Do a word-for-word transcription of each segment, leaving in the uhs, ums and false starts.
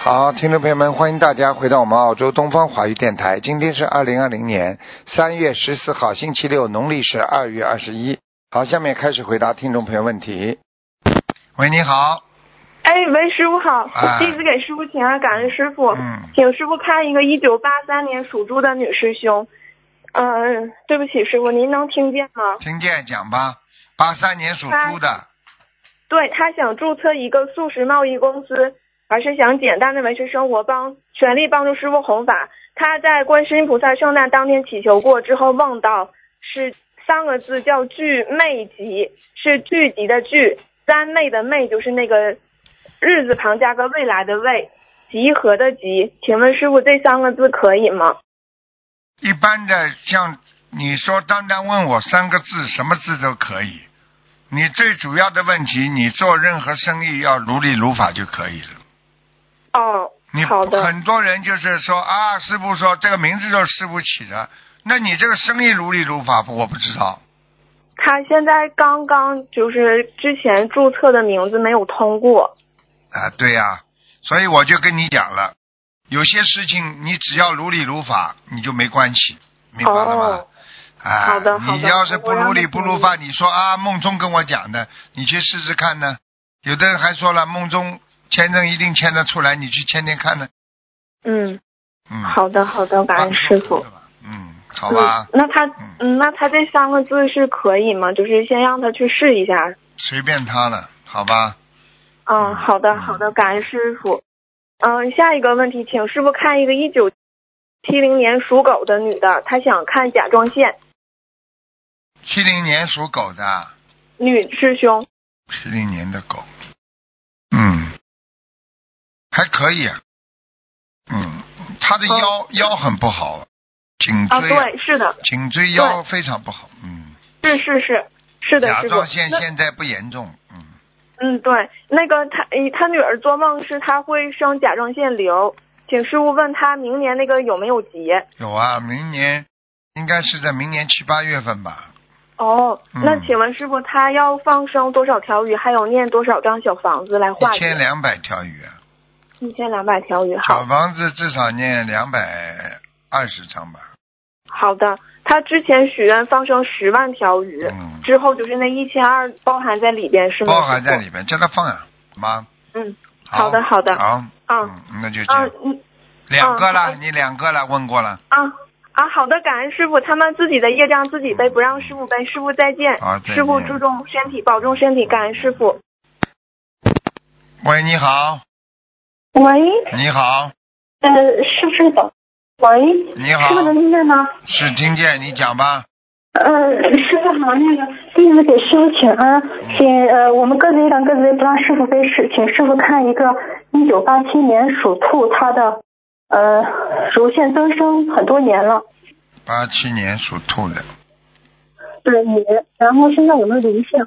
好，听众朋友们，欢迎大家回到我们澳洲东方华语电台。今天是二零二零年三月十四号，星期六，农历是二月二十一。好，下面开始回答听众朋友问题。喂，你好。 哎，喂，师傅好， 哎弟子给师傅请安，感恩师傅。 嗯请师傅看一个一九八三年属猪的女师兄。嗯、对不起，师傅，您能听见吗？ 听见讲吧。八三年属猪的。 对，他想注册一个素食贸易公司，而是想简单的维持生活，帮全力帮助师傅弘法。他在观世音菩萨圣诞当天祈求过之后，梦到是三个字叫聚昧集，是聚集的聚，三昧的昧就是那个日字旁加个未来的未，集合的集。请问师傅这三个字可以吗？ 一般的像你说，单单问我三个字，什么字都可以。你最主要的问题，你做任何生意要如理如法就可以了。 哦， 你好的。 很多人就是说啊，师傅说这个名字就是师傅起的，那你这个生意如理如法，我不知道。 他现在刚刚就是之前注册的名字没有通过。 啊，对呀、啊，所以我就跟你讲了，有些事情你只要如理如法，你就没关系，明白了吗？ 哦啊， 好的好的你要是不如理不如法，你说啊梦中跟我讲的，你去试试看呢。有的人还说了，梦中签证一定签得出来，你去签签看呢。 嗯， 嗯， 好的好的，感恩师傅。 嗯，好吧。 嗯、那他嗯嗯，那他这三个字是可以吗？就是先让他去试一下。 随便他了，好吧。 嗯，好的嗯好的，感恩师傅。嗯，下一个问题，请师傅看一个一九七零年属狗的女的，她想看甲状腺。 七零年属狗的。 女师兄。 七零年的狗。嗯，还可以啊。嗯，他的腰、 哦、 腰很不好，颈啊， 椎、 对，是的， 颈椎腰非常不好。嗯， 是是是是的， 甲师傅。 状腺现在不严重。嗯嗯，对，那个他他女儿做梦是他会生甲状腺瘤，请师傅问他明年那个有没有结？ 有啊，明年应该是在明年七八月份吧。 哦， 嗯那请问师傅他要放生多少条鱼，还有念多少张小房子来化一解？ 千两百条鱼啊。 一千两百条鱼，好小房子至少念两百二十张吧。 好的，他之前许愿放生十万条鱼， 嗯， 之后就是那一千二包含在里边是吗？ 包含在里边，叫他放啊，好吗？ 嗯，好的好的。 好， 嗯， 嗯，那就这样。 嗯嗯， 两个了， 嗯你两个了，问过了。 啊啊，好的，感恩师傅，他们自己的业障自己背，不让师傅背。师傅再见。 好，再见。 师傅注重身体，保重身体，感恩师傅。 喂，你好。 喂。 你好。 呃，是不是的？喂。 你好。 师傅能听见吗？ 是听见，你讲吧。 呃，师傅好，那个弟子给师傅请安，请呃我们各自一张，各自不让师傅背事，请师傅看一个一九八七年属兔，他的呃乳腺增生很多年了。 八七年属兔的。 对，女，然后身上有没有灵性？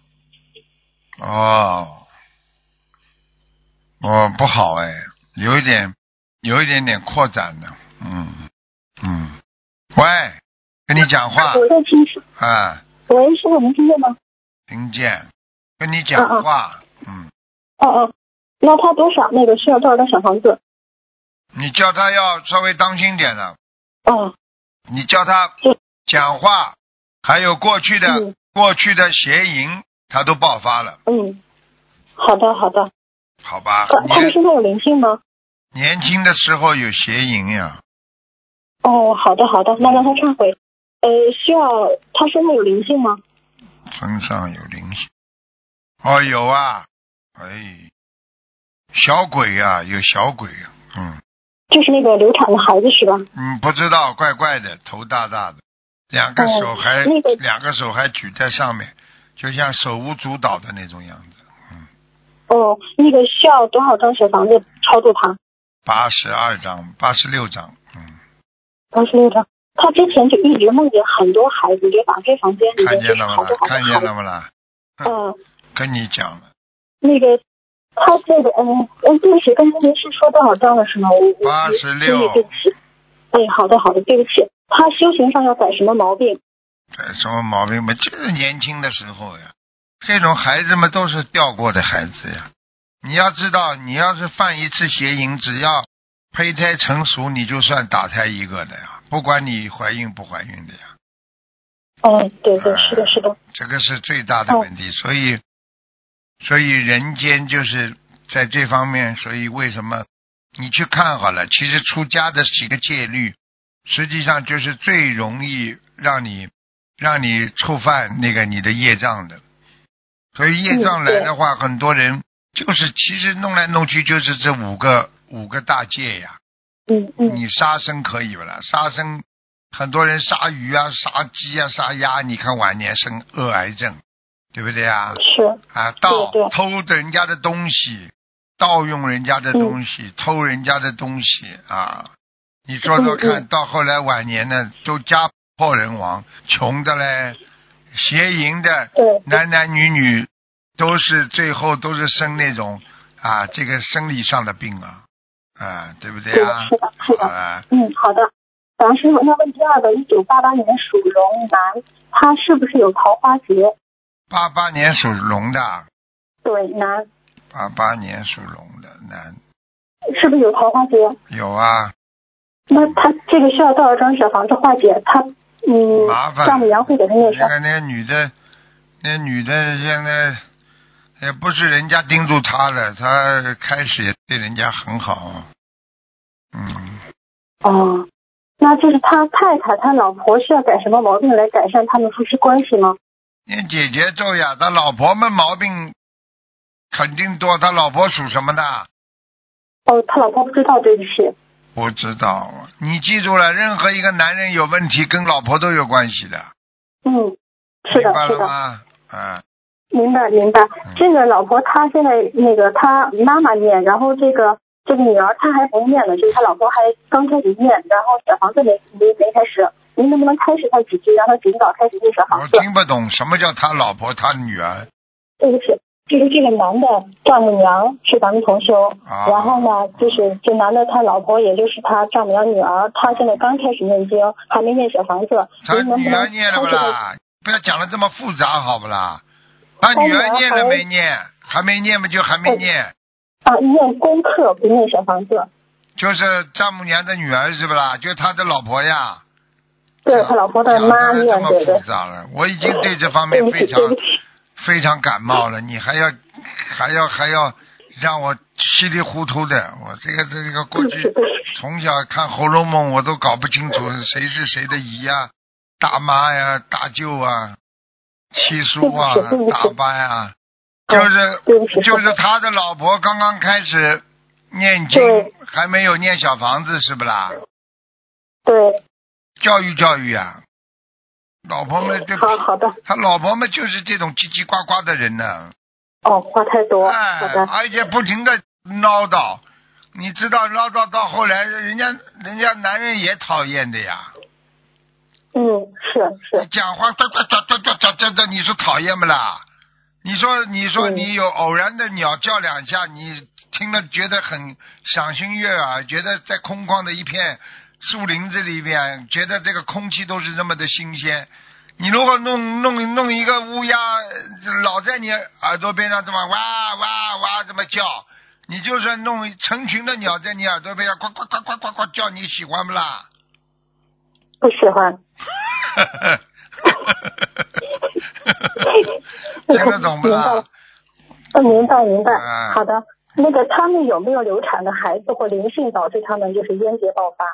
哦，哦，不好哎，有一点，有一点点扩展的，嗯嗯。喂，跟你讲话。 我在听师。 啊。 喂，师傅能听见吗？ 听见，跟你讲话，嗯。 哦哦，那他多少那个需要多少张小房子？ 你叫他要稍微当心点的。 哦。 你叫他讲话，还有过去的、 嗯、 过去的邪淫，他都爆发了。 嗯，好的好的。 好吧。 他他们身上有灵性吗？ 年轻的时候有邪淫呀。 哦，好的好的，那让他忏悔。呃，需要他身上有灵性吗？ 身上有灵性。哦，有啊，哎，小鬼呀、啊，有小鬼呀、啊，嗯。 就是那个流产的孩子是吧？ 嗯，不知道，怪怪的，头大大的，两个手还、 哦那个、 两个手还举在上面，就像手舞足蹈的那种样子。嗯。 哦，那个需要多少张小房子超度他？ 八十二张，八十六张，嗯。 八十六张。他之前就一直梦见很多孩子，就打开房间里面就是好多好多孩子。 看见了吗啦？ 嗯。 跟你讲了。 那个。他这个嗯嗯，对不起，刚才您是说多少张了是吗？ 八十六。 对不起。哎，好的好的，对不起。他修行上要改什么毛病？ 改什么毛病嘛？就是年轻的时候呀，这种孩子们都是掉过的孩子呀。 你要知道，你要是犯一次邪淫，只要胚胎成熟，你就算打胎一个的呀，不管你怀孕不怀孕的呀。 哦，对对，是的，是的。 这个是最大的问题，哦、所以，所以人间就是在这方面，所以为什么你去看好了，其实出家的几个戒律，实际上就是最容易让你让你触犯那个你的业障的。所以业障来的话，嗯、很多人就是其实弄来弄去就是这五个五个大戒呀。 嗯嗯。 你杀生可以不啦？杀生。很多人杀鱼啊、杀鸡啊、杀鸭，你看晚年生恶癌症，对不对啊？ 是啊，盗偷人家的东西，盗用人家的东西，嗯、偷人家的东西啊！你说说看，嗯嗯到后来晚年呢，都家破人亡，穷的嘞，邪淫的，男男女女都是最后都是生那种啊，这个生理上的病啊，啊，对不对啊？ 是的，是的， 啊、 嗯，好的。然后师傅，那问第二个，一九八八年属龙男，他是不是有桃花劫？ 八八年属龙的。 对，男。 八八年属龙的男。 是不是有桃花劫？ 有啊。 那他这个需要多少张小房子化解？他嗯， 麻烦。 丈母娘会给他念什么？ 那个那个女的，那女的现在也不是人家盯住她了，她开始也对人家很好。嗯。 哦。那就是他太太他老婆需要改什么毛病来改善他们夫妻关系吗？ 念姐姐咒呀，他老婆们毛病肯定多，他老婆属什么的？ 哦，他老婆不知道，对不起。 不知道，你记住了，任何一个男人有问题跟老婆都有关系的。 嗯，是的，是的。 啊， 明白明白。嗯、这个老婆她现在那个她妈妈念，然后这个。这个女儿她还不念呢，就是她老婆还刚开始念，然后小房子没没没开始。您能不能开始她几句，让她尽早开始念小房子？ 我听不懂什么叫她老婆，她女儿。 对不起，就是这个男的丈母娘是咱们同修，啊、然后呢，就是这男的他老婆，也就是他丈母娘女儿，他现在刚开始念经，还没念小房子。 他女儿念了不啦？不要讲的这么复杂，好不啦？他女儿念了没念？还没念嘛，就还没念。 啊，念功课不念小房子， 就是丈母娘的女儿是不啦？就他的老婆呀。 对，他老婆的妈念， 这么复杂了，我已经对这方面非常非常感冒了，你还要还要还要让我稀里糊涂的，我这个这个过去从小看《红楼梦》，我都搞不清楚谁是谁的姨呀、大妈呀、大舅啊、七叔啊、大伯呀。就是就是他的老婆刚刚开始念经，还没有念小房子，是不啦？ 对。 教育教育啊，老婆们对。 好好的。 他老婆们就是这种叽叽呱呱的人呢。 哦，话太多。 哎， 好的。 而且不停的唠叨，你知道唠叨到后来，人家人家男人也讨厌的呀。 嗯，是是。 讲话哒哒哒哒哒哒哒哒，你说讨厌不啦？你说，你说你有偶然的鸟叫两下，嗯、你听了觉得很赏心悦耳，觉得在空旷的一片树林子里边，觉得这个空气都是那么的新鲜。你如果弄弄弄一个乌鸦，老在你耳朵边上这么哇哇哇这么叫，你就算弄成群的鸟在你耳朵边上呱呱呱呱呱呱叫，你喜欢不啦？ 不喜欢。 听得懂不啦？ 嗯，明白明白。嗯、好的，那个他们有没有流产的孩子或灵性导致他们就是冤结爆发？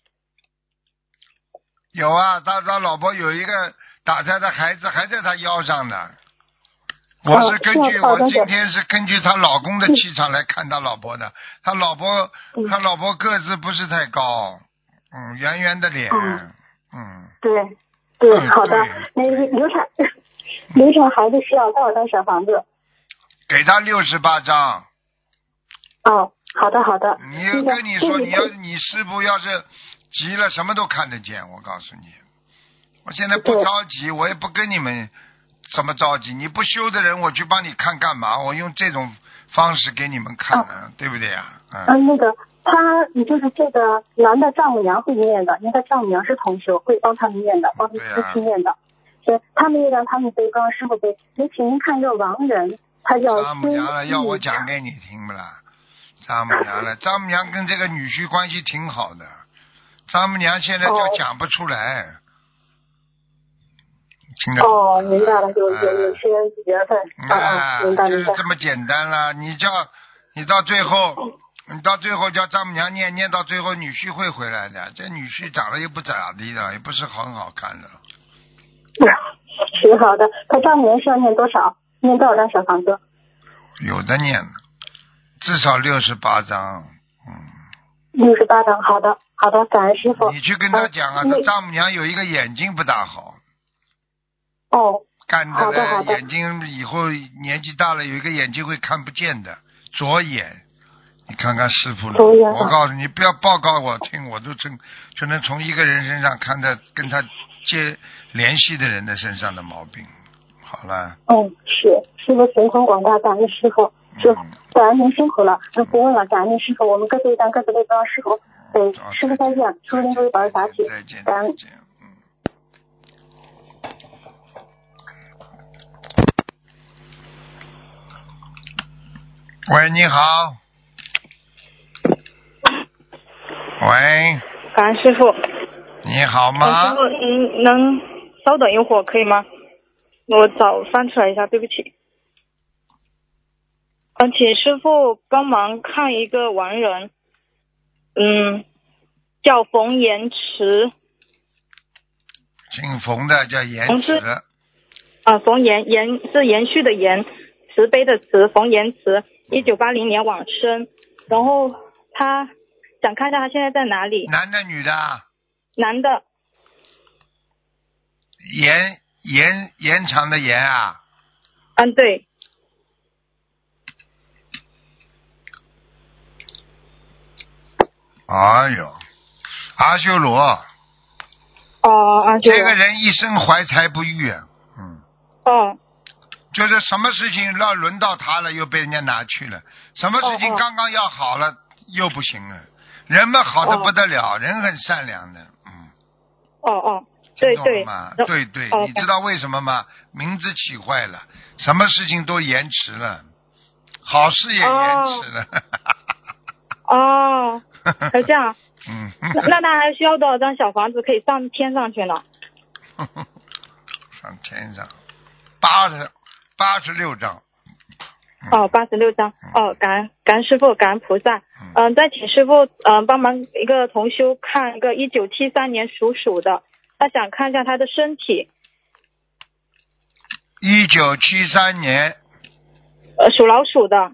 有啊，他他老婆有一个打胎的孩子还在他腰上呢。我是根据、啊、我今天是根据他老公的气场来看他老婆的。他老婆、嗯、他老婆个子不是太高，嗯，圆圆的脸，嗯， 嗯对对、嗯，好的，那个流产。流产孩子需要多少张小房子？ 给他六十八张。 哦，好的好的。 你跟你说，你要你师父要是急了，什么都看得见。我告诉你，我现在不着急，我也不跟你们怎么着急。你不修的人，我去帮你看干嘛？我用这种方式给你们看呢、啊哦，对不对呀、 啊？嗯，那个他就是这个男的丈母娘会念的，因为他丈母娘是同修，会帮他们念的，帮他们夫妻念的。对，他们也让他们背，帮师傅背。您请您看一个亡人， 他叫丈母娘了，要我讲给你听不啦？丈母娘了，丈母娘跟这个女婿关系挺好的，丈母娘现在就讲不出来。哦听得哦，明白了，就有有些缘分。 啊， 啊，明白就是明白。 这么简单了。你叫你到最后，你到最后叫丈母娘念念到最后，女婿会回来的。这女婿长得又不咋地的，也不是很好看的。 挺好的。他丈母娘需要念多少？念多少张小房子？ 有的念，至少六十八张。嗯。 六十八张，好的好的，感恩师傅。 你去跟他讲啊，他丈母娘有一个眼睛不大好。 哦。 干的呢， 眼睛以后年纪大了，有一个眼睛会看不见的，左眼。你看看师傅了，我告诉你，不要报告我听，我都真就能从一个人身上看到跟他接联系的人的身上的毛病。好了。 嗯，是师傅神通广大，感恩师傅，师傅感恩您辛苦了，那不问了，感恩您师傅，我们各自一单，各自为报师傅，对，师傅再见，师傅您注意保重身体， 再见， 感恩。 喂，你好。喂。 感恩师傅。 你好吗？ 师傅，您能稍等一会儿可以吗？我找翻出来一下，对不起。嗯，请师傅帮忙看一个亡人，嗯，叫冯延池。 姓冯的叫延池。 啊，冯延延是延续的延，慈悲的慈，冯延池。一九八零年往生，然后他想看一下他现在在哪里。 男的女的？ 男的。 延延延长的延啊？ 嗯，对。 哎呦，阿修罗。 哦，阿修罗。 这个人一生怀才不遇。嗯。 哦。 就是什么事情要轮到他了，又被人家拿去了；什么事情刚刚要好了，又不行了。人们好的不得了，人很善良的，嗯。 哦哦，对对。 对对，你知道为什么吗？名字起坏了，什么事情都延迟了，好事也延迟了。 哦，是这样。 嗯。 那他还需要多少张小房子可以上天上去呢？ 上天上，八十。八十六张。 哦，八十六张。哦，感恩感恩师傅，感恩菩萨。嗯、呃，再请师傅嗯、呃、帮忙一个同修看一个一九七三年属鼠的，他想看一下他的身体。 一九七三年。 呃，属老鼠的。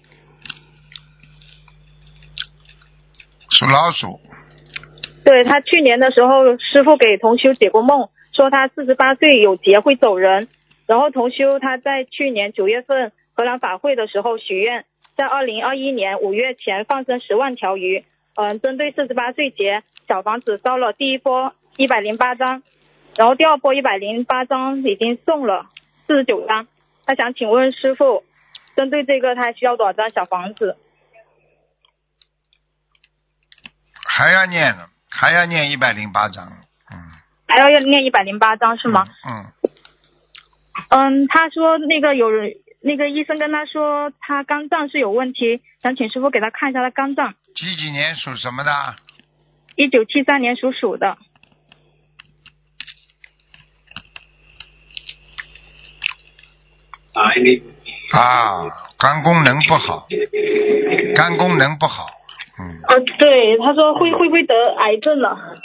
属老鼠。 对，他去年的时候，师傅给同修解过梦，说他四十八岁有劫会走人。然后同修他在去年九月份荷兰法会的时候许愿，在二零二一年五月前放生十万条鱼，嗯、呃，针对四十八岁节小房子烧了第一波一百零八张，然后第二波一百零八张已经送了四十九张。他想请问师傅，针对这个他需要多少张小房子？ 还要念呢，还要念一百零八张。嗯。 还要念一百零八张是吗？ 嗯。嗯嗯，他说那个有人，那个医生跟他说他肝脏是有问题，想请师傅给他看一下他肝脏。 几几年属什么的？ 一九七三年属鼠的。 啊，肝功能不好，肝功能不好。嗯。 啊，对，他说会会不会得癌症了？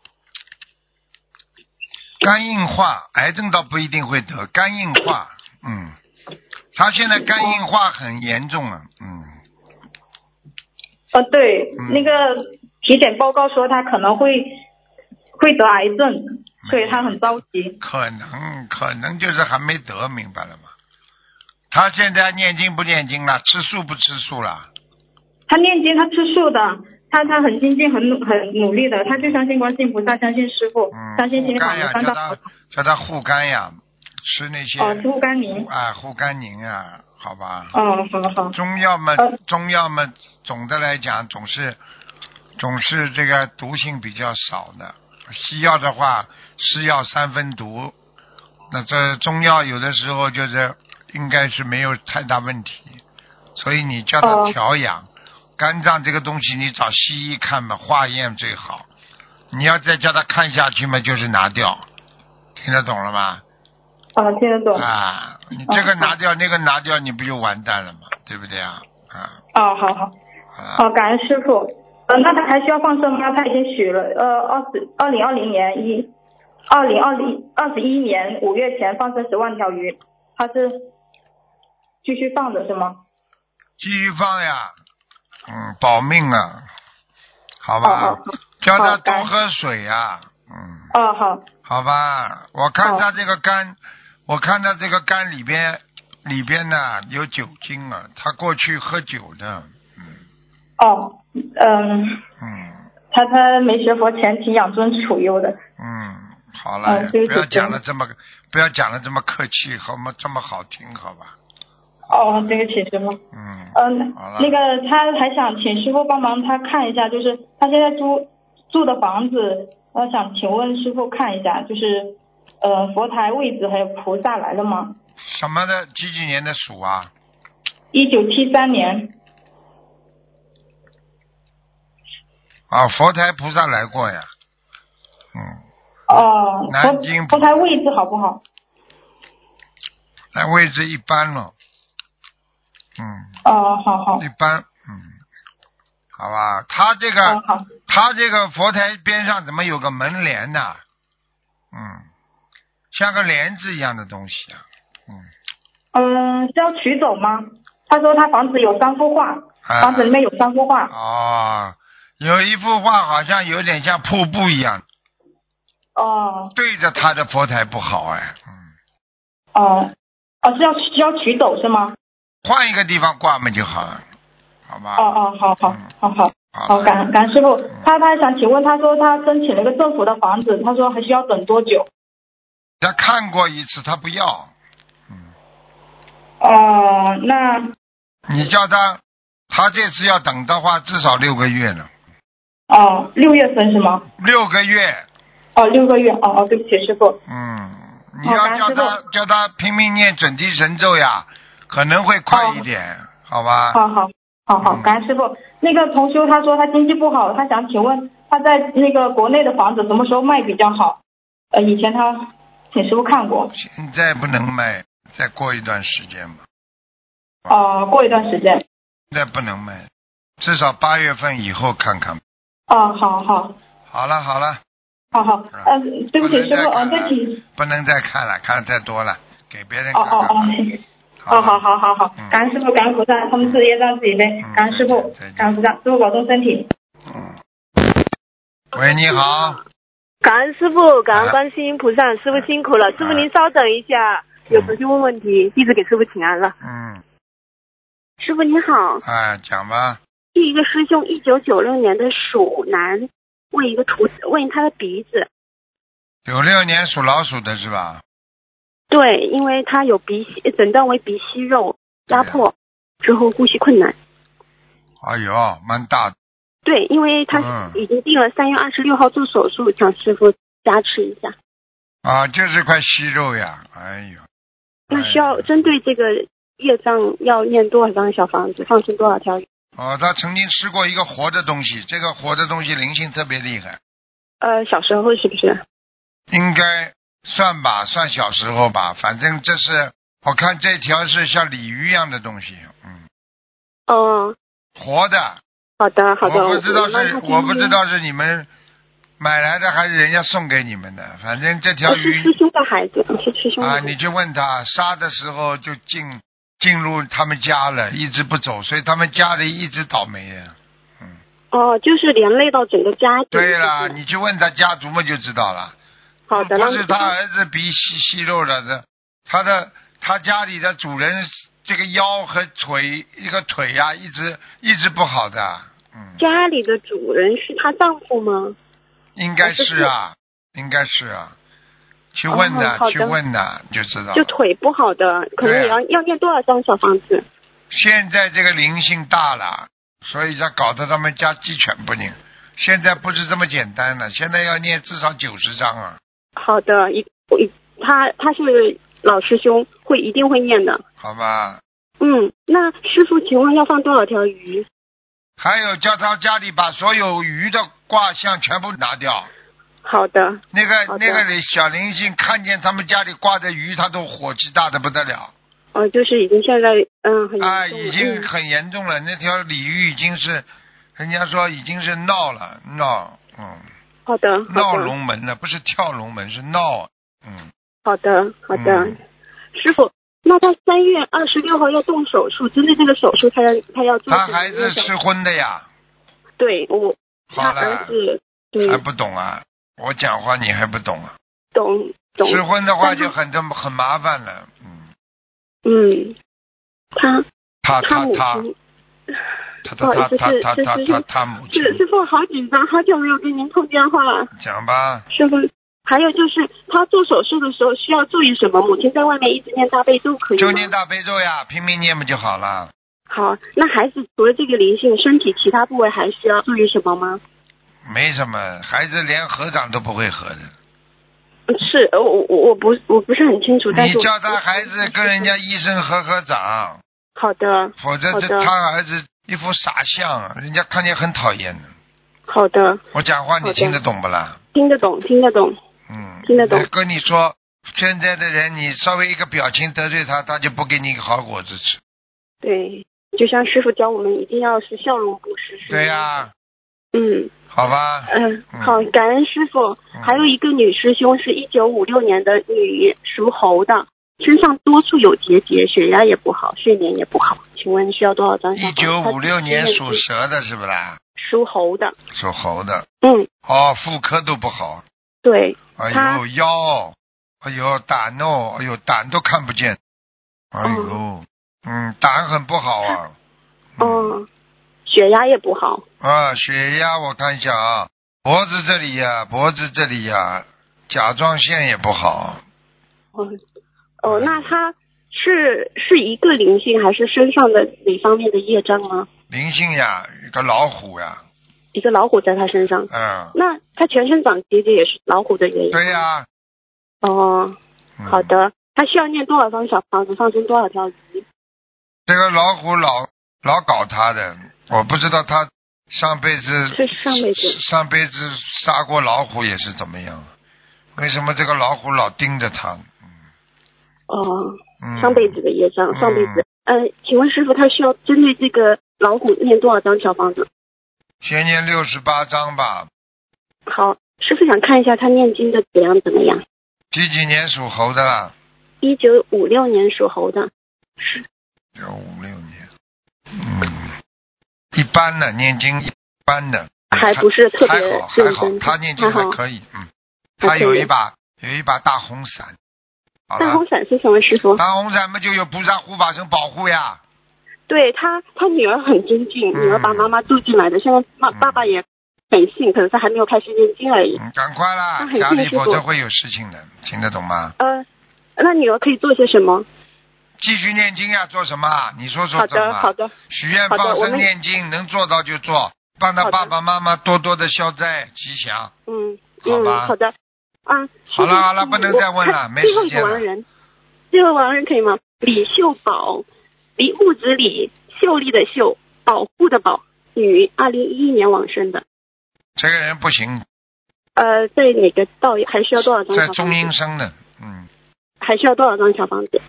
肝硬化，癌症倒不一定会得，肝硬化，嗯，他现在肝硬化很严重了，嗯。 啊，对，嗯、那个体检报告说他可能会会得癌症，所以他很着急。 可能可能就是还没得，明白了吗？他现在念经不念经了？吃素不吃素了？ 他念经，他吃素的。他他很精进，很努很努力的，他就相信观世音菩萨，相信师父，嗯、相信心法门三大。 叫他护肝呀，吃那些哦，护肝宁啊，护肝宁啊，好吧。 哦，好好。 中药嘛， 呃、 中药嘛，总的来讲总是总是这个毒性比较少的。西药的话，是药三分毒，那这中药有的时候就是应该是没有太大问题，所以你叫他哦调养。肝脏这个东西，你找西医看嘛，化验最好。你要再叫他看下去嘛，就是拿掉。听得懂了吗？ 哦，听得懂。 啊，你这个拿掉，那个拿掉，你不就完蛋了吗？对不对啊？啊， 哦，好好。 好了。 好，感恩师傅。呃，那他还需要放生吗？他已经许了，呃，二十二零二零年一，二零二零二十一年五月前放生十万条鱼，他是继续放的是吗？ 继续放呀，嗯，保命啊，好吧， 哦哦叫他好多喝水呀，嗯， 哦，好。 好吧，我看他这个肝，我看他这个肝里边里边呢有酒精啊，他过去喝酒的，嗯哦，嗯， 嗯他他没学佛前请养尊处优的。 嗯，好了， 嗯对不起不要讲的这么不要讲的这么客气，好吗？这么好听，好吧？ 哦，对不起师傅。 嗯嗯， 好了那个他还想请师傅帮忙他看一下，就是他现在租住的房子，我想请问师傅看一下，就是呃佛台位置还有菩萨来了吗？ 什么的几几年的鼠啊？ 一九七三年。 啊，佛台菩萨来过呀，嗯， 哦， 南京佛佛台位置好不好？ 那位置一般了，嗯， 哦，好好。 一般，嗯，好吧，他这个， 哦好。 他这个佛台边上怎么有个门帘呢？嗯，像个帘子一样的东西啊，嗯， 嗯，是要取走吗？他说他房子有三幅画， 啊房子里面有三幅画。 哦，有一幅画好像有点像瀑布一样， 哦对着他的佛台不好哎，嗯， 哦哦，是要需要取走是吗？ 换一个地方挂嘛就好了，好吧？ 哦哦，好好嗯好好好好，感感恩师傅。他他想请问，他说他申请了一个政府的房子，他说还需要等多久？ 他看过一次，他不要，嗯， 哦，那你叫他，他这次要等的话，至少六个月了。 哦六月份是吗？ 六个月。 哦六个月，哦哦，对不起师傅。 嗯，你要叫他、 哦、 叫他拼命念准提神咒呀，可能会快一点， 哦、 好吧？ 好好好好，感恩师傅。那个同修他说他经济不好，他想请问他在那个国内的房子什么时候卖比较好？呃，以前他请师傅看过。 现在不能卖，再过一段时间吧。 哦、呃，过一段时间。 现在不能卖，至少八月份以后看看。 哦，好好。 好了好了。 好好，呃，对不起师傅，嗯，对不起。 不能再看了，看的太多了，给别人看看。哦哦哦，哦好好好好， 嗯、 感恩师傅，感恩菩萨，他们自己业障自己背， 嗯、 感恩师傅，感恩菩萨，师傅保重身体。 嗯。喂，你好。 感恩师傅，感恩观世音菩萨，啊、师傅辛苦了，啊、师傅您稍等一下，有同学问问题，弟子给师傅请安了。 嗯。 师傅你好。 哎，讲吧。 第一个师兄，一九九六年的属男。问一个图，问他的鼻子。 九六年属老鼠的是吧？ 对，因为他有鼻息，诊断为鼻息肉压迫，之后呼吸困难。 哎呦，蛮大的。 对，因为他已经定了三月二十六号做手术，请师傅加持一下。 啊，就是块息肉呀！哎呦。 那需要针对这个业障要念多少张小房子，放生多少条鱼？ 哦，他曾经吃过一个活的东西，这个活的东西灵性特别厉害。 呃，小时候是不是？ 应该算吧，算小时候吧，反正这是我看这条是像鲤鱼一样的东西，嗯。 哦。 活的。 好的，好的。 我不知道是我不知道是你们买来的还是人家送给你们的，反正这条鱼。 是师兄的孩子，是师兄的孩子。 啊，你去问他，杀的时候就进。进入他们家了，一直不走，所以他们家里一直倒霉呀。嗯。 哦，就是连累到整个家庭。 对了，你去问他家族嘛就知道了。 好的。 不是他儿子鼻息息肉了的，他的他家里的主人这个腰和腿一个腿呀、啊，一直一直不好的。嗯。 家里的主人是她丈夫吗？ 应该是啊，应该是啊。去问的， 哦、 去问的就知道。 就腿不好的，可能也要、啊、要念多少张小房子？ 现在这个灵性大了，所以他搞得他们家鸡犬不宁。现在不是这么简单了，现在要念至少九十张啊。 好的，一一他他是老师兄会一定会念的。 好吧。 嗯，那师傅，请问要放多少条鱼？ 还有叫他家里把所有鱼的卦象全部拿掉。 好的。 那个好的那个小灵性看见他们家里挂的鱼，他都火气大的不得了。 哦，就是已经现在嗯很严重了。 啊，已经很严重了，嗯、那条鲤鱼已经是，人家说已经是闹了，闹，嗯。 好的。 闹龙门了，不是跳龙门，是闹，嗯。 好的，好的， 嗯、 师傅。那他三月二十六号要动手术，针对这个手术，他要他要做。 他孩子失婚的呀。 对，我。 好了。 他儿子对。 还不懂啊？我讲话你还不懂啊？ 懂懂。 失婚的话就很很麻烦了，嗯。 嗯。他。 他他他。 他他他他他他他他母亲。 师傅好紧张，好久没有跟您通电话了。 讲吧。 师傅。还有就是他做手术的时候需要注意什么？母亲在外面一直念大悲咒可以吗？ 就念大悲咒呀，拼命念不就好了？ 好，那孩子除了这个灵性，身体其他部位还需要注意什么吗？ 没什么，孩子连合掌都不会合的。 是，我我我不我不是很清楚。但是你叫他孩子跟人家医生合合掌。 好的。 否则这他儿子一副傻相，人家看见很讨厌的。 好的。 我讲话你听得懂不啦？ 听得懂，听得懂。 嗯， 听得懂。 跟你说，现在的人，你稍微一个表情得罪他，他就不给你好果子吃。 对，就像师傅教我们，一定要是笑容布施。 对呀、啊。 嗯。 好吧。 嗯，好，感恩师傅。嗯、还有一个女师兄是一九五六年的女，属猴的，身上多处有结节，血压也不好，睡眠也不好，请问需要多少张？ 一九五六年属蛇的是不啦？ 属猴的。 属猴的。 嗯。 哦，妇科都不好。 对。 哎呦腰，哎呦胆哦，哎呦胆都看不见，哎呦，哦、嗯，胆很不好啊。 嗯。嗯，血压也不好。 啊，血压我看一下啊，脖子这里呀、啊，脖子这里呀、啊，甲状腺也不好。 哦哦，那他是是一个灵性，还是身上的哪方面的业障吗？ 灵性呀，一个老虎呀。 一个老虎在他身上。 嗯。 那他全身长结节也是老虎的原因？ 对呀、啊。 哦，好的。嗯、他需要念多少张小房子，放生多少条鱼？ 这个老虎老老搞他的，我不知道他上辈子是上辈子上辈子杀过老虎也是怎么样？为什么这个老虎老盯着他？嗯、 哦，上辈子的业障，嗯、上辈子。呃，请问师傅，他需要针对这个老虎念多少张小房子？ 先念六十八章吧。 好，师傅想看一下他念经的质量怎么样？ 几几年属猴的啦？ 一九五六年属猴的。是。 一九五六年，嗯，一般的念经一般的， 还不是特别还好还好，他念经还可以，嗯，他有一把有一把大红伞。 大红伞是什么师傅？ 大红伞嘛就有菩萨护法神保护呀。 对他，他女儿很尊敬，嗯、女儿把妈妈渡进来的，现在妈、嗯、爸爸也很信，可是他还没有开始念经而已。 嗯，赶快啦，家里否则会有事情的，听得懂吗？ 呃，那女儿可以做些什么？ 继续念经呀，做什么？你说说怎么？ 好的，好的。 许愿放生念经，能做到就做，帮他爸爸妈妈多多的消灾吉祥。 嗯， 好吧， 嗯、好的。啊， 好了好了，不能再问了，没时间了。 最后一个亡人，最后亡人可以吗？李秀宝。李木子李，秀丽的秀，保护的保，女，二零一一年往生的。 这个人不行。 呃，在哪个道还需要多少张小房子？ 在中阴身的，嗯。 还需要多少张小房子？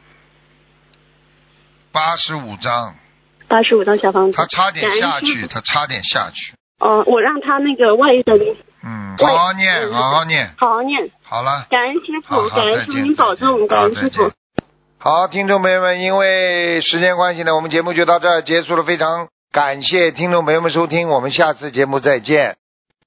八十五张。 八十五张小房子。 他差点下去，他差点下去。 哦、呃，我让他那个外人。 嗯，好好念，嗯、好好念， 好好念。 好了。 感恩师傅，感恩师傅，您保重，感恩师傅。 好，听众朋友们，因为时间关系呢，我们节目就到这儿结束了。非常感谢听众朋友们收听，我们下次节目再见。